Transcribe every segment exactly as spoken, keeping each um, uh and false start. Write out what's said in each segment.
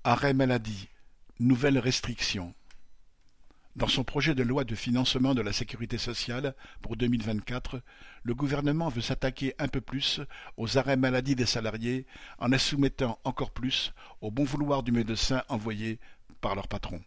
Arrêt maladie, nouvelles restrictions. Dans son projet de loi de financement de la sécurité sociale pour deux mille vingt-quatre, le gouvernement veut s'attaquer un peu plus aux arrêts maladie des salariés en les soumettant encore plus au bon vouloir du médecin envoyé par leur patron.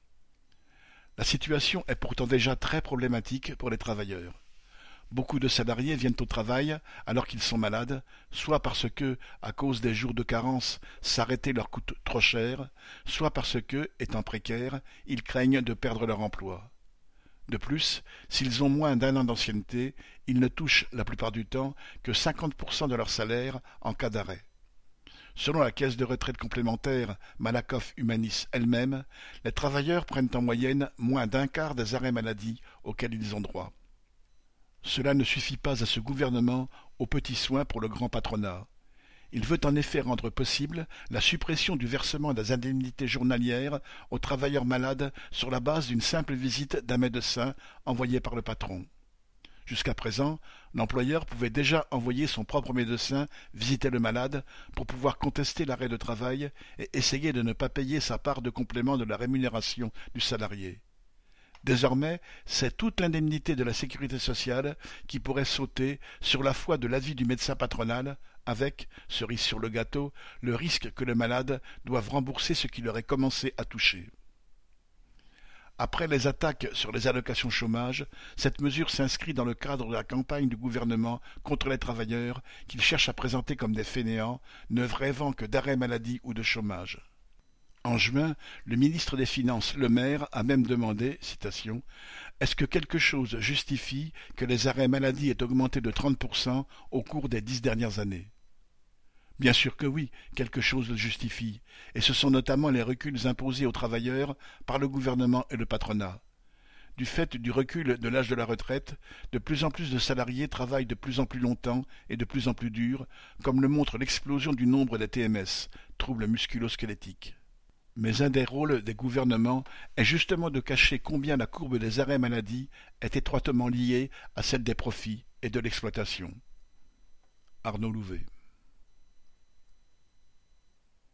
La situation est pourtant déjà très problématique pour les travailleurs. Beaucoup de salariés viennent au travail alors qu'ils sont malades, soit parce que, à cause des jours de carence, s'arrêter leur coûte trop cher, soit parce que, étant précaires, ils craignent de perdre leur emploi. De plus, s'ils ont moins d'un an d'ancienneté, ils ne touchent la plupart du temps que cinquante pour cent de leur salaire en cas d'arrêt. Selon la caisse de retraite complémentaire Malakoff Humanis elle-même, les travailleurs prennent en moyenne moins d'un quart des arrêts maladie auxquels ils ont droit. Cela ne suffit pas à ce gouvernement aux petits soins pour le grand patronat. Il veut en effet rendre possible la suppression du versement des indemnités journalières aux travailleurs malades sur la base d'une simple visite d'un médecin envoyé par le patron. Jusqu'à présent, l'employeur pouvait déjà envoyer son propre médecin visiter le malade pour pouvoir contester l'arrêt de travail et essayer de ne pas payer sa part de complément de la rémunération du salarié. Désormais, c'est toute l'indemnité de la sécurité sociale qui pourrait sauter sur la foi de l'avis du médecin patronal, avec, cerise sur le gâteau, le risque que le malade doive rembourser ce qu'il aurait commencé à toucher. Après les attaques sur les allocations chômage, cette mesure s'inscrit dans le cadre de la campagne du gouvernement contre les travailleurs qu'il cherche à présenter comme des fainéants, ne rêvant que d'arrêt maladie ou de chômage. En juin, le ministre des Finances, Le Maire, a même demandé, citation, « Est-ce que quelque chose justifie que les arrêts maladie aient augmenté de trente pour cent au cours des dix dernières années ?» Bien sûr que oui, quelque chose le justifie, et ce sont notamment les reculs imposés aux travailleurs par le gouvernement et le patronat. Du fait du recul de l'âge de la retraite, de plus en plus de salariés travaillent de plus en plus longtemps et de plus en plus dur, comme le montre l'explosion du nombre des T M S, troubles musculo-squelettiques. Mais un des rôles des gouvernements est justement de cacher combien la courbe des arrêts maladie est étroitement liée à celle des profits et de l'exploitation. Arnaud Louvet.